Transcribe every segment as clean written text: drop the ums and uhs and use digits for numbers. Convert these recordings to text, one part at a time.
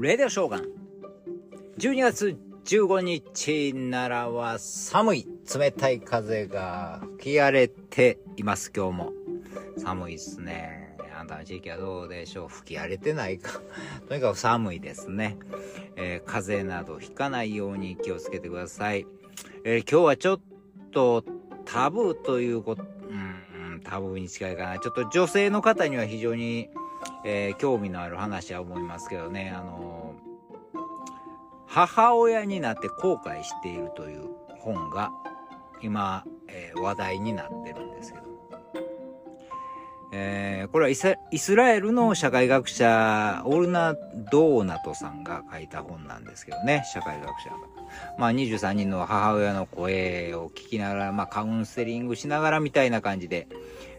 レディオショーガン。12月15日、奈良は寒い。冷たい風が吹き荒れています。今日も。寒いですね。あんたの地域はどうでしょう。吹き荒れてないか。とにかく寒いですね。風邪などひかないように気をつけてください。今日はちょっとタブーということ、タブーに近いかな。ちょっと女性の方には非常に興味のある話は思いますけどね、母親になって後悔しているという本が今、話題になってるんですけども、これはイスラエルの社会学者オルナ・ドーナトさんが書いた本なんですけどね、社会学者が、23人の母親の声を聞きながら、カウンセリングしながらみたいな感じで、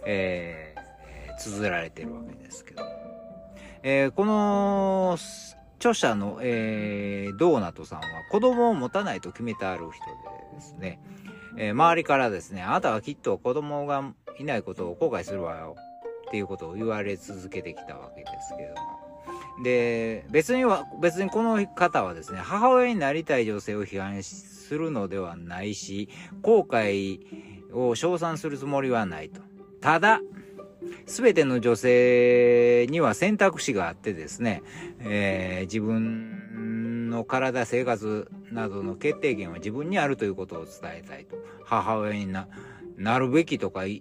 綴られてるわけですけど、この著者の、ドーナトさんは子供を持たないと決めてある人でですね、周りからですね、あなたはきっと子供がいないことを後悔するわよっていうことを言われ続けてきたわけですけれども、で別にこの方はですね、母親になりたい女性を批判するのではないし、後悔を称賛するつもりはないと。ただ全ての女性には選択肢があってですね、自分の体、生活などの決定権は自分にあるということを伝えたいと。母親になるべきとか、あ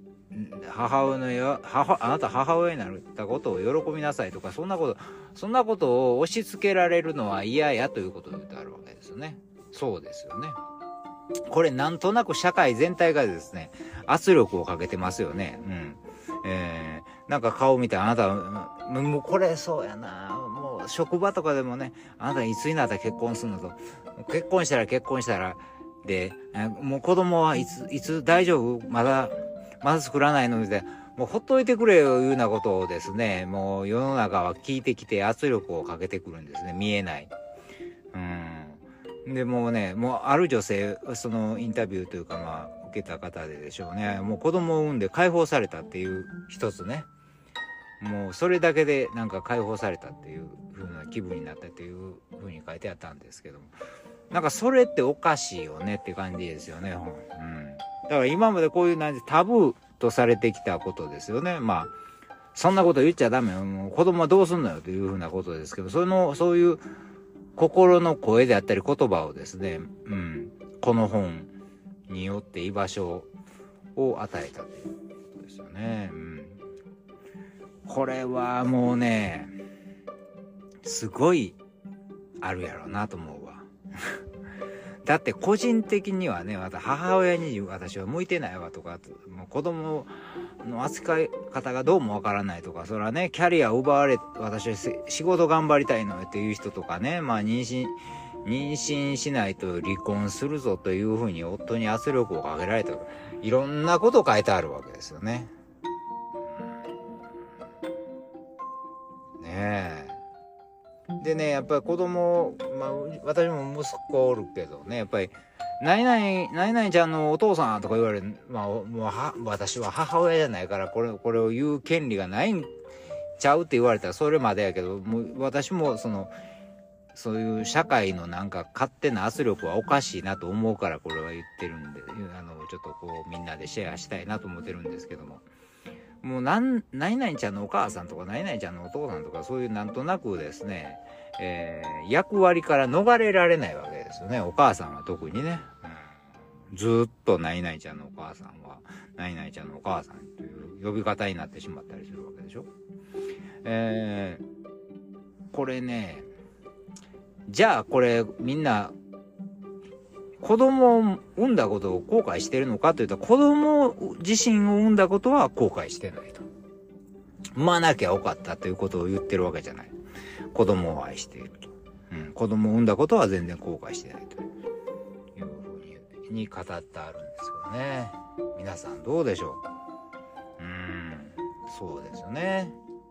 なた母親になったことを喜びなさいとか、そんなことを押し付けられるのは嫌やということを言ってあるわけですよね。そうですよね。これなんとなく社会全体がですね、圧力をかけてますよね。なんか顔見て、あなたもうこれそうやな、もう職場とかでもね、あなたいつになったら結婚するのと、結婚したらで、もう子供はいつ大丈夫、まだ作らないので、もうほっといてくれよいうようなことをですね、もう世の中は聞いてきて圧力をかけてくるんですね。見えない。でもうね、もうある女性、そのインタビューというか受けた方でしょうね、もう子供を産んで解放されたっていう一つね、もうそれだけでなんか解放されたっていう風な気分になったっていう風に書いてあったんですけども、なんかそれっておかしいよねって感じですよね。だから今までこういうタブーとされてきたことですよね。そんなこと言っちゃダメよ、もう子供はどうすんのよという風なことですけど、そういう心の声であったり言葉をですね、この本によって居場所を与えたということですよね。これはもうね、すごいあるやろうなと思うわ。だって個人的にはね、母親に私は向いてないわとか、もう子供の扱い方がどうもわからないとか、それはね、キャリアを奪われ、私は仕事頑張りたいのよっていう人とかね、妊娠しないと離婚するぞというふうに夫に圧力をかけられた、いろんなこと書いてあるわけですよね。でね、やっぱり子供、私も息子おるけどね、やっぱり何々ちゃんのお父さんとか言われる、私は母親じゃないからこれを言う権利がないんちゃうって言われたらそれまでやけど、もう私もそういう社会のなんか勝手な圧力はおかしいなと思うからこれは言ってるんで、ちょっとこうみんなでシェアしたいなと思ってるんですけども、もう何々ちゃんのお母さんとか何々ちゃんのお父さんとか、そういうなんとなくですね、役割から逃れられないわけですよね。お母さんは特にね、ずっと何々ちゃんのお母さんは何々ちゃんのお母さんという呼び方になってしまったりするわけでしょ。これね、じゃあこれみんな子供を産んだことを後悔してるのかというと、子供自身を産んだことは後悔してないと。産まなきゃよかったということを言ってるわけじゃない。子供を愛していると。子供を産んだことは全然後悔してないというふうに語ってあるんですけどね。皆さんどうでしょう。そうですよね。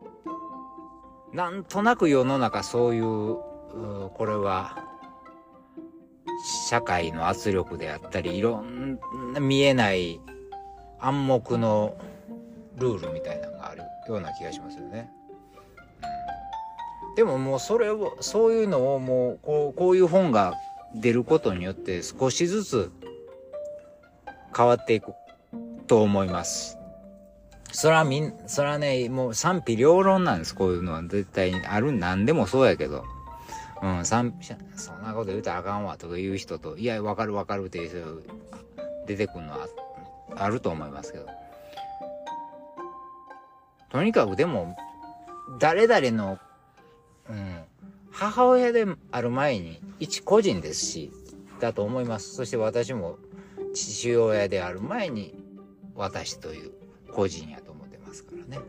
なんとなく世の中そういう、これは社会の圧力であったり、いろんな見えない暗黙のルールみたいなのがあるような気がしますよね。 でももうそういうのをもうこういう本が出ることによって少しずつ変わっていくと思います。そらね、もう賛否両論なんです。こういうのは絶対にある。何でもそうやけど。そんなこと言うたらあかんわとか言う人と、いや、わかるっていう人出てくるのはあると思いますけど。とにかくでも、誰々の、母親である前に一個人ですし、だと思います。そして私も父親である前に私という個人やと思ってますからね。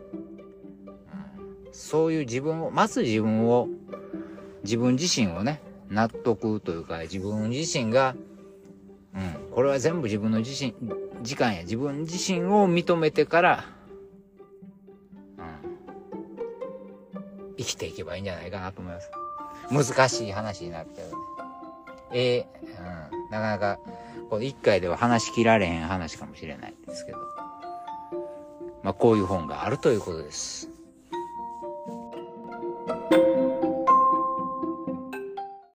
そういうまず自分自身をね、納得というか、自分自身が、これは全部自分の時間や自分自身を認めてから、生きていけばいいんじゃないかなと思います。難しい話になったよね。なかなか、この1回では話しきられへん話かもしれないですけど、こういう本があるということです。